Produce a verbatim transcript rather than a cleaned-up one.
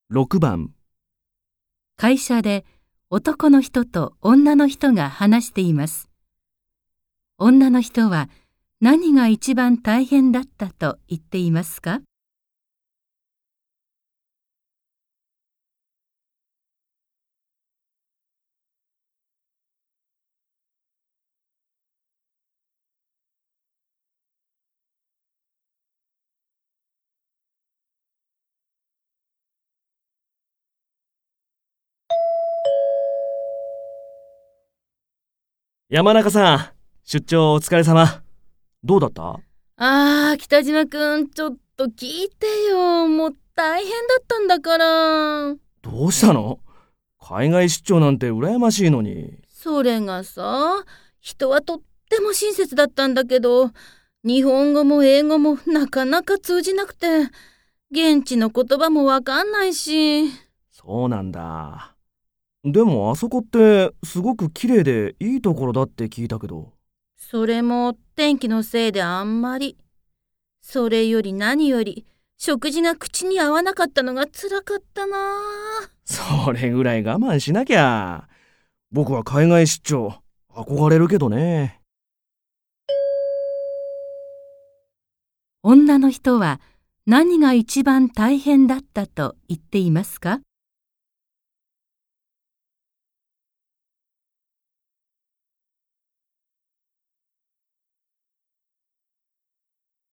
ろくばん。 会社で男の人と女の人が話しています。女の人は何が一番大変だったと言っていますか？ 山中さん、出張お疲れ様。どうだった？ あー、北島くん、ちょっと聞いてよ。もう大変だったんだから。 どうしたの？海外出張なんて羨ましいのに。 それがさ、人はとっても親切だったんだけど、日本語も英語もなかなか通じなくて、現地の言葉もわかんないし。 そうなんだ。でもあそこってすごく綺麗でいいところだって聞いたけど。 それも天気のせいであんまり。それより何より、食事が口に合わなかったのが辛かったな。 それぐらい我慢しなきゃ。僕は海外出張憧れるけどね。 女の人は何が一番大変だったと言っていますか？